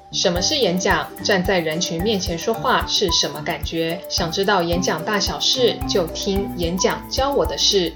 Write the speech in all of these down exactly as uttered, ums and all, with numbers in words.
什么是演讲？站在人群面前说话是什么感觉？想知道演讲大小事，就听演讲教我的事。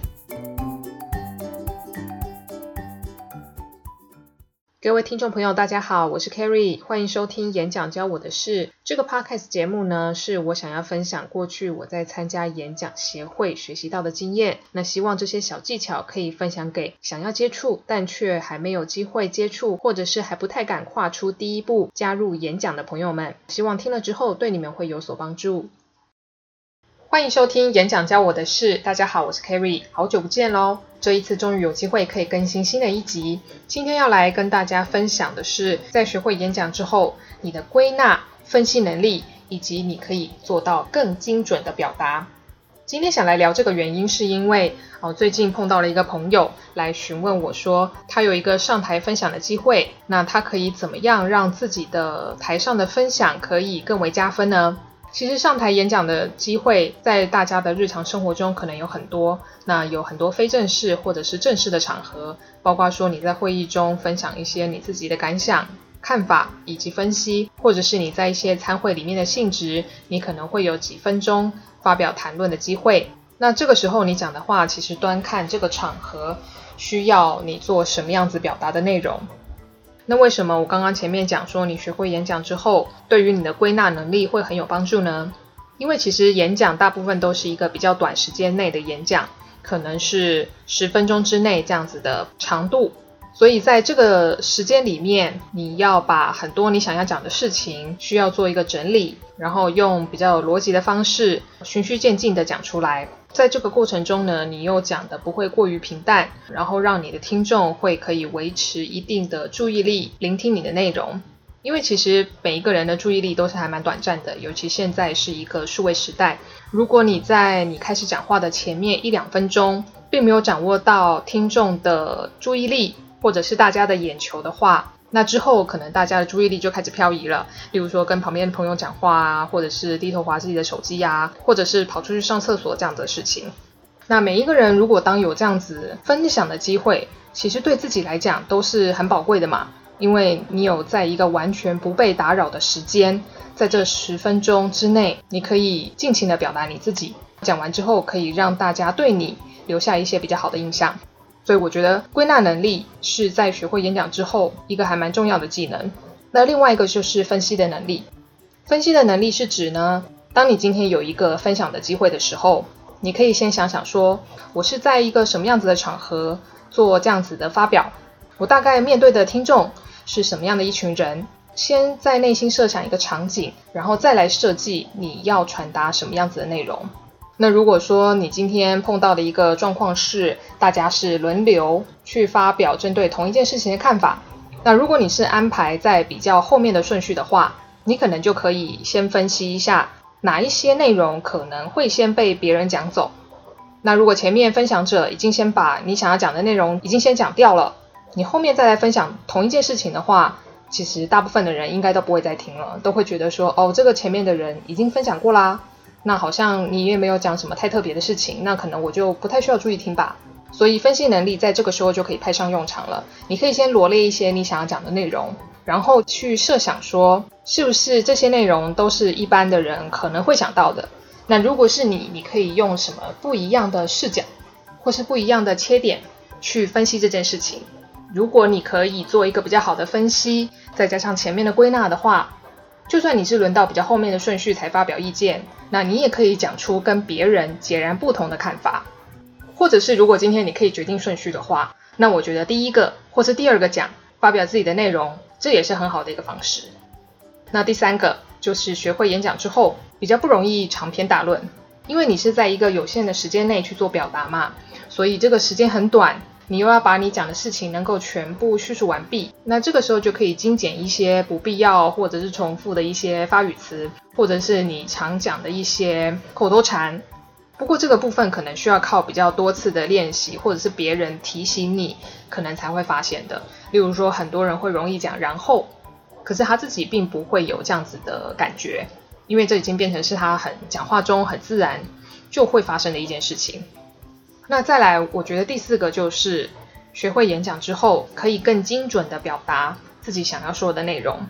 各位听众朋友大家好，我是 Carrie， 欢迎收听演讲教我的事。这个 podcast 节目呢，是我想要分享过去我在参加演讲协会学习到的经验，那希望这些小技巧可以分享给想要接触但却还没有机会接触，或者是还不太敢跨出第一步加入演讲的朋友们，希望听了之后对你们会有所帮助。欢迎收听演讲教我的事，大家好，我是 Carrie， 好久不见咯，这一次终于有机会可以更新新的一集。今天要来跟大家分享的是，在学会演讲之后，你的归纳、分析能力，以及你可以做到更精准的表达。今天想来聊这个原因是因为、哦、最近碰到了一个朋友来询问我说，他有一个上台分享的机会，那他可以怎么样让自己的台上的分享可以更为加分呢？其实上台演讲的机会在大家的日常生活中可能有很多，那有很多非正式或者是正式的场合，包括说你在会议中分享一些你自己的感想、看法以及分析，或者是你在一些参会里面的性质，你可能会有几分钟发表谈论的机会。那这个时候你讲的话，其实端看这个场合需要你做什么样子表达的内容。那为什么我刚刚前面讲说你学会演讲之后，对于你的归纳能力会很有帮助呢？因为其实演讲大部分都是一个比较短时间内的演讲，可能是十分钟之内这样子的长度，所以在这个时间里面，你要把很多你想要讲的事情需要做一个整理，然后用比较有逻辑的方式循序渐进的讲出来。在这个过程中呢，你又讲的不会过于平淡，然后让你的听众会可以维持一定的注意力，聆听你的内容。因为其实每一个人的注意力都是还蛮短暂的，尤其现在是一个数位时代，如果你在你开始讲话的前面一两分钟并没有掌握到听众的注意力或者是大家的眼球的话，那之后可能大家的注意力就开始漂移了，例如说跟旁边的朋友讲话啊，或者是低头滑自己的手机啊，或者是跑出去上厕所这样的事情。那每一个人如果当有这样子分享的机会，其实对自己来讲都是很宝贵的嘛，因为你有在一个完全不被打扰的时间，在这十分钟之内，你可以尽情的表达你自己，讲完之后可以让大家对你留下一些比较好的印象。所以我觉得归纳能力是在学会演讲之后一个还蛮重要的技能。那另外一个就是分析的能力。分析的能力是指呢，当你今天有一个分享的机会的时候，你可以先想想说，我是在一个什么样子的场合做这样子的发表，我大概面对的听众是什么样的一群人，先在内心设想一个场景，然后再来设计你要传达什么样子的内容。那如果说你今天碰到的一个状况是大家是轮流去发表针对同一件事情的看法，那如果你是安排在比较后面的顺序的话，你可能就可以先分析一下哪一些内容可能会先被别人讲走。那如果前面分享者已经先把你想要讲的内容已经先讲掉了，你后面再来分享同一件事情的话，其实大部分的人应该都不会再听了，都会觉得说，哦，这个前面的人已经分享过啦，那好像你也没有讲什么太特别的事情，那可能我就不太需要注意听吧。所以分析能力在这个时候就可以派上用场了。你可以先罗列一些你想要讲的内容，然后去设想说，是不是这些内容都是一般的人可能会想到的。那如果是你，你可以用什么不一样的视角，或是不一样的切点去分析这件事情。如果你可以做一个比较好的分析，再加上前面的归纳的话，就算你是轮到比较后面的顺序才发表意见，那你也可以讲出跟别人截然不同的看法。或者是如果今天你可以决定顺序的话，那我觉得第一个或是第二个讲发表自己的内容，这也是很好的一个方式。那第三个就是学会演讲之后比较不容易长篇大论，因为你是在一个有限的时间内去做表达嘛，所以这个时间很短，你又要把你讲的事情能够全部叙述完毕，那这个时候就可以精简一些不必要或者是重复的一些发语词，或者是你常讲的一些口头禅。不过这个部分可能需要靠比较多次的练习，或者是别人提醒你可能才会发现的。例如说很多人会容易讲然后，可是他自己并不会有这样子的感觉，因为这已经变成是他很讲话中很自然就会发生的一件事情。那再来我觉得第四个就是学会演讲之后可以更精准的表达自己想要说的内容。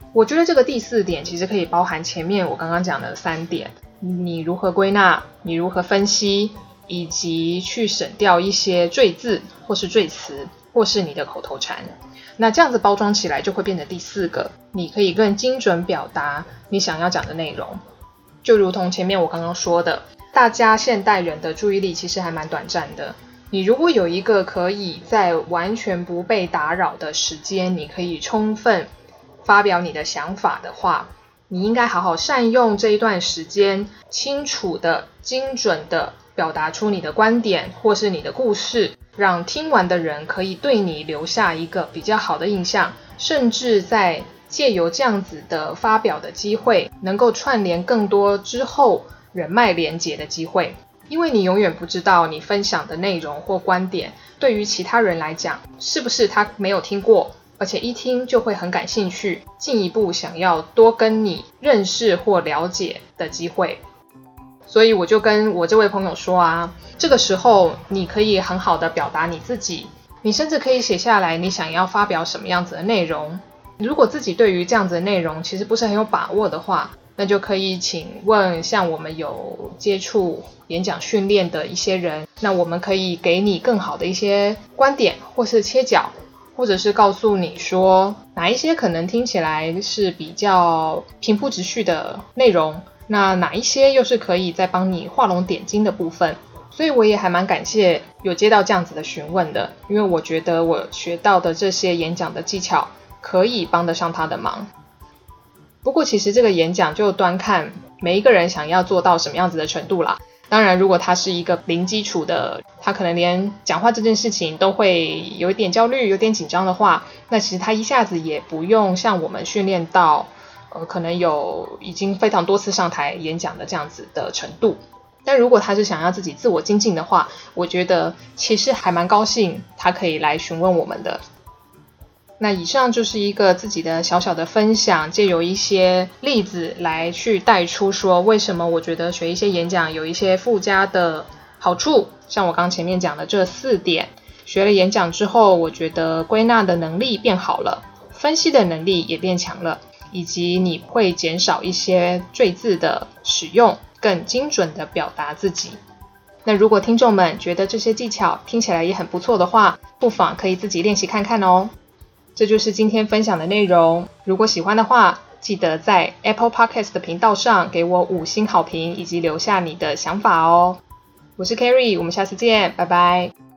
我觉得这个第四点其实可以包含前面我刚刚讲的三点，你如何归纳，你如何分析，以及去省掉一些赘字或是赘词或是你的口头禅。那这样子包装起来就会变成第四个，你可以更精准表达你想要讲的内容。就如同前面我刚刚说的，大家现代人的注意力其实还蛮短暂的，你如果有一个可以在完全不被打扰的时间，你可以充分发表你的想法的话，你应该好好善用这一段时间，清楚的、精准的表达出你的观点或是你的故事，让听完的人可以对你留下一个比较好的印象，甚至在借由这样子的发表的机会，能够串联更多之后人脉连结的机会。因为你永远不知道你分享的内容或观点对于其他人来讲是不是他没有听过，而且一听就会很感兴趣，进一步想要多跟你认识或了解的机会。所以我就跟我这位朋友说啊，这个时候你可以很好的表达你自己，你甚至可以写下来你想要发表什么样子的内容。如果自己对于这样子的内容其实不是很有把握的话，那就可以请问像我们有接触演讲训练的一些人，那我们可以给你更好的一些观点或是切角，或者是告诉你说哪一些可能听起来是比较平铺直叙的内容，那哪一些又是可以再帮你画龙点睛的部分。所以我也还蛮感谢有接到这样子的询问的，因为我觉得我学到的这些演讲的技巧可以帮得上他的忙。不过其实这个演讲就端看每一个人想要做到什么样子的程度啦。当然如果他是一个零基础的，他可能连讲话这件事情都会有一点焦虑有点紧张的话，那其实他一下子也不用像我们训练到呃，可能有已经非常多次上台演讲的这样子的程度。但如果他是想要自己自我精进的话，我觉得其实还蛮高兴他可以来询问我们的。那以上就是一个自己的小小的分享，借由一些例子来去带出说为什么我觉得学一些演讲有一些附加的好处。像我刚前面讲的这四点，学了演讲之后，我觉得归纳的能力变好了，分析的能力也变强了，以及你会减少一些赘字的使用，更精准的表达自己。那如果听众们觉得这些技巧听起来也很不错的话，不妨可以自己练习看看哦。这就是今天分享的内容，如果喜欢的话，记得在 Apple Podcast 的频道上给我五星好评，以及留下你的想法哦。我是 Carrie， 我们下次见，拜拜。